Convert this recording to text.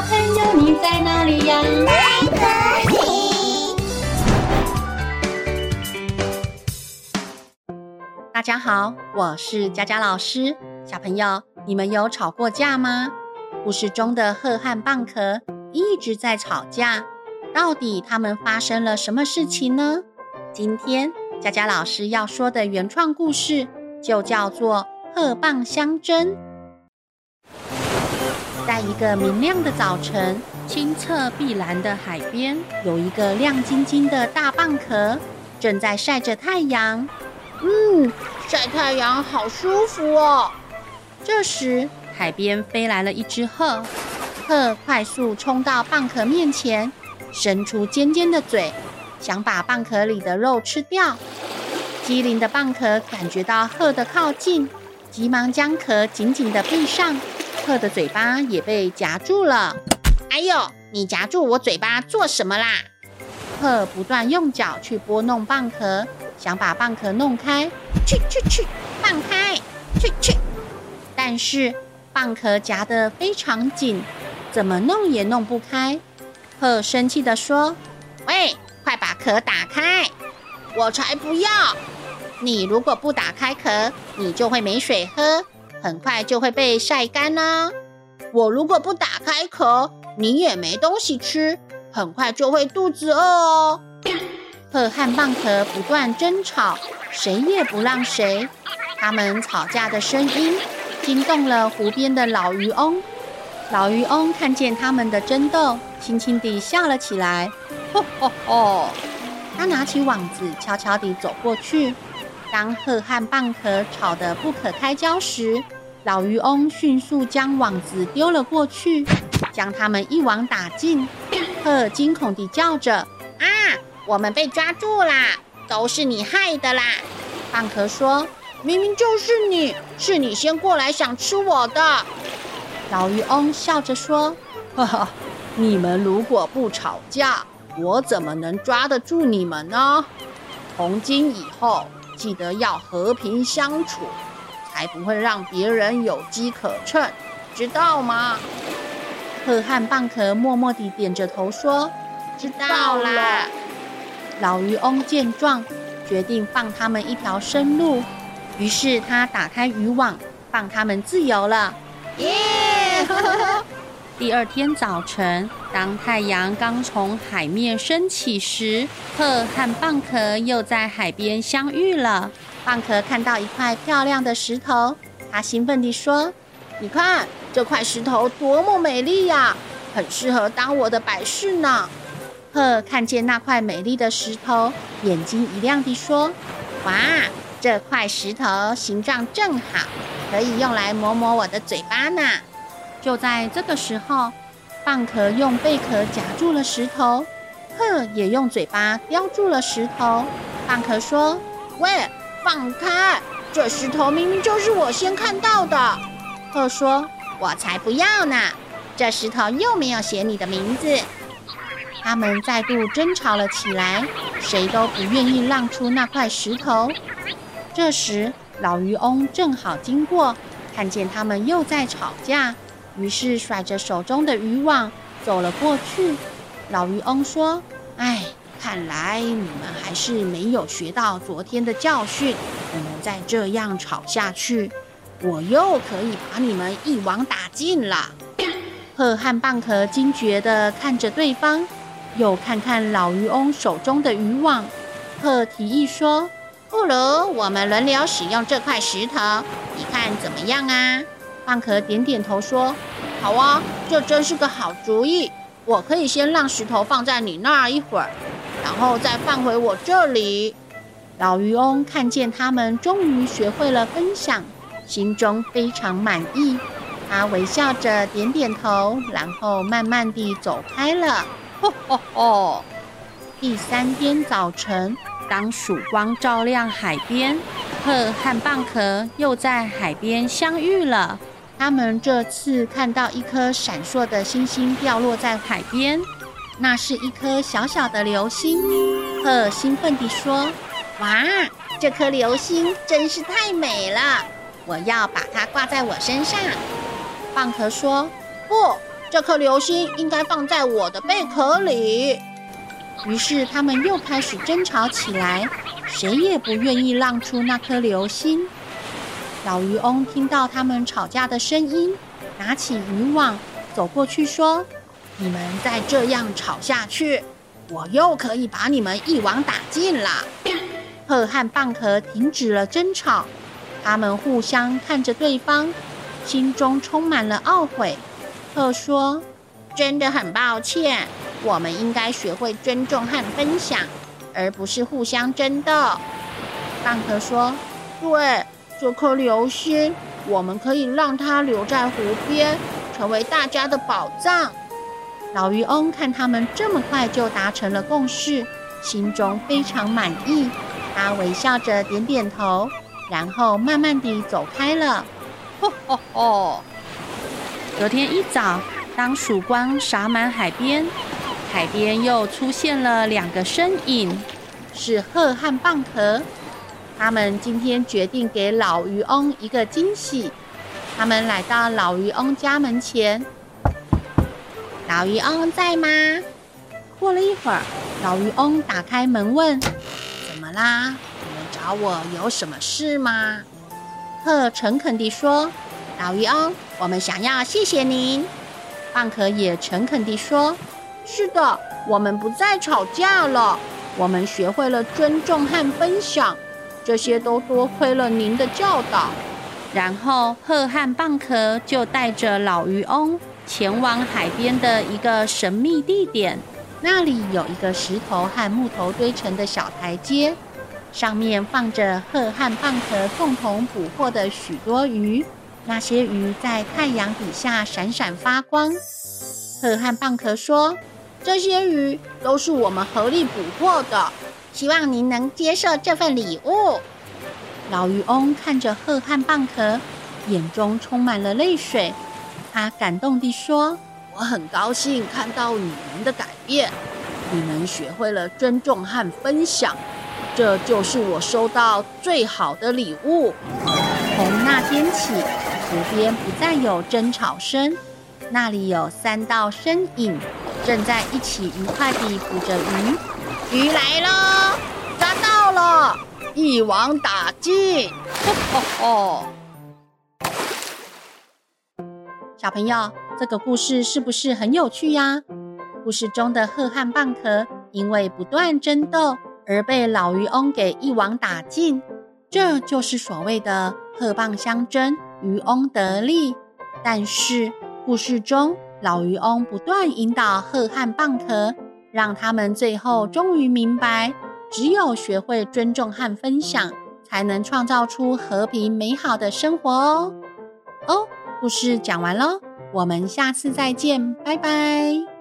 朋友，你在哪里呀？ 在这里。 大家好，我是佳佳老师。小朋友，你们有吵过架吗？故事中的鹤和蚌壳一直在吵架，到底他们发生了什么事情呢？今天佳佳老师要说的原创故事就叫做鹤蚌相争。在一个明亮的早晨，清澈碧蓝的海边，有一个亮晶晶的大蚌壳正在晒着太阳。 晒太阳好舒服哦。 这时，海边飞来了一只鹤，鹤快速冲到蚌壳面前，伸出尖尖的嘴，想把蚌壳里的肉吃掉。机灵的蚌壳感觉到鹤的靠近，急忙将壳紧紧地闭上，鹤的嘴巴也被夹住了。 哎呦，你夹住我嘴巴做什么啦？ 鹤不断用脚去拨弄蚌壳，想把蚌壳弄开，去，放开，去。但是蚌壳夹得非常紧，怎么弄也弄不开。鹤生气地说：“ 喂，快把壳打开！”我才不要！你如果不打开壳，你就会没水喝，很快就会被晒干啦。我如果不打开壳，你也没东西吃，很快就会肚子饿哦。 鹤和蚌壳不断争吵，谁也不让谁。他们吵架的声音惊动了湖边的老渔翁。老渔翁看见他们的争斗，轻轻地笑了起来。吼吼吼！他拿起网子，悄悄地走过去。当鹤和蚌壳吵得不可开交时，老渔翁迅速将网子丢了过去，将他们一网打尽。鹤惊恐地叫着：“ 啊，我们被抓住啦！都是你害的啦！” 蚌壳说：“ 明明就是你，是你先过来想吃我的。” 老渔翁笑着说：“ 哈哈，你们如果不吵架，我怎么能抓得住你们呢？从今以后，记得要和平相处，才不会让别人有机可乘，知道吗？” 鹤和蚌壳默默地点着头说：“ 知道啦。” 老渔翁见状，决定放他们一条生路。于是他打开渔网，放他们自由了。 耶！ 第二天早晨，当太阳刚从海面升起时，鹤和蚌壳又在海边相遇了。蚌壳看到一块漂亮的石头，他兴奋地说：“ 你看，这块石头多么美丽呀，很适合当我的摆饰呢。” 鹤看见那块美丽的石头，眼睛一亮地说：“ 哇，这块石头形状正好，可以用来磨磨我的嘴巴呢。” 就在这个时候，蚌壳用贝壳夹住了石头，鹤也用嘴巴叼住了石头。蚌壳说：“ 喂，放开！这石头明明就是我先看到的。” 鹤说：“ 我才不要呢！这石头又没有写你的名字。” 他们再度争吵了起来，谁都不愿意让出那块石头。这时，老渔翁正好经过，看见他们又在吵架，于是甩着手中的渔网走了过去。老渔翁说：“ 哎，看来你们还是没有学到昨天的教训。你们再这样吵下去，我又可以把你们一网打尽了。” 鹤和蚌壳惊觉地看着对方，又看看老渔翁手中的渔网。鹤提议说：“ 不如我们轮流使用这块石头，你看怎么样啊？” 蚌壳点点头说：“ 好啊，这真是个好主意。我可以先让石头放在你那儿一会儿，然后再放回我这里。” 老渔翁看见他们终于学会了分享，心中非常满意。他微笑着点点头，然后慢慢地走开了。 吼吼吼！ 第三天早晨，当曙光照亮海边，鹤和蚌壳又在海边相遇了。他们这次看到一颗闪烁的星星掉落在海边，那是一颗小小的流星。鹤兴奋地说：“ 哇，这颗流星真是太美了，我要把它挂在我身上。” 蚌壳说：“ 不， 这颗流星应该放在我的贝壳里。 于是他们又开始争吵起来，谁也不愿意让出那颗流星。老渔翁听到他们吵架的声音，拿起渔网走过去说： 你们再这样吵下去，我又可以把你们一网打尽了。 鹤和蚌壳停止了争吵，他们互相看着对方，心中充满了懊悔。鹤说： 真的很抱歉，我们应该学会尊重和分享，而不是互相争斗。 蚌壳说： 对，这颗流星，我们可以让它留在湖边，成为大家的宝藏。 老渔翁看他们这么快就达成了共识，心中非常满意，他微笑着点点头，然后慢慢地走开了。 吼吼吼！ 隔天一早，当曙光洒满海边，海边又出现了2个身影，是鹤和蚌壳。他们今天决定给老渔翁一个惊喜。他们来到老渔翁家门前。 老渔翁在吗？ 过了一会儿，老渔翁打开门问： 怎么啦？你们找我有什么事吗？ 鹤诚恳地说： 老渔翁，我们想要谢谢您。 蚌壳也诚恳地说：是的，我们不再吵架了，我们学会了尊重和分享，这些都多亏了您的教导。然后鹤和蚌壳就带着老渔翁前往海边的一个神秘地点，那里有一个石头和木头堆成的小台阶，上面放着鹤和蚌壳共同捕获的许多鱼，那些鱼在太阳底下闪闪发光。鹤和蚌壳说：这些鱼都是我们合力捕获的， 希望您能接受这份礼物。 老渔翁看着鹤和蚌壳，眼中充满了泪水。他感动地说：我很高兴看到你们的改变，你们学会了尊重和分享，这就是我收到最好的礼物。从那天起，湖边不再有争吵声，那里有3道身影，正在一起愉快地捕着鱼。 鱼来了，抓到了， 一网打尽！吼吼吼！ 小朋友，这个故事是不是很有趣呀？故事中的鹤和蚌壳因为不断争斗而被老渔翁给一网打尽，这就是所谓的鹤蚌相争，渔翁得利。但是故事中老渔翁不断引导鹤和蚌壳，让他们最后终于明白，只有学会尊重和分享，才能创造出和平美好的生活哦。故事讲完咯，我们下次再见，拜拜。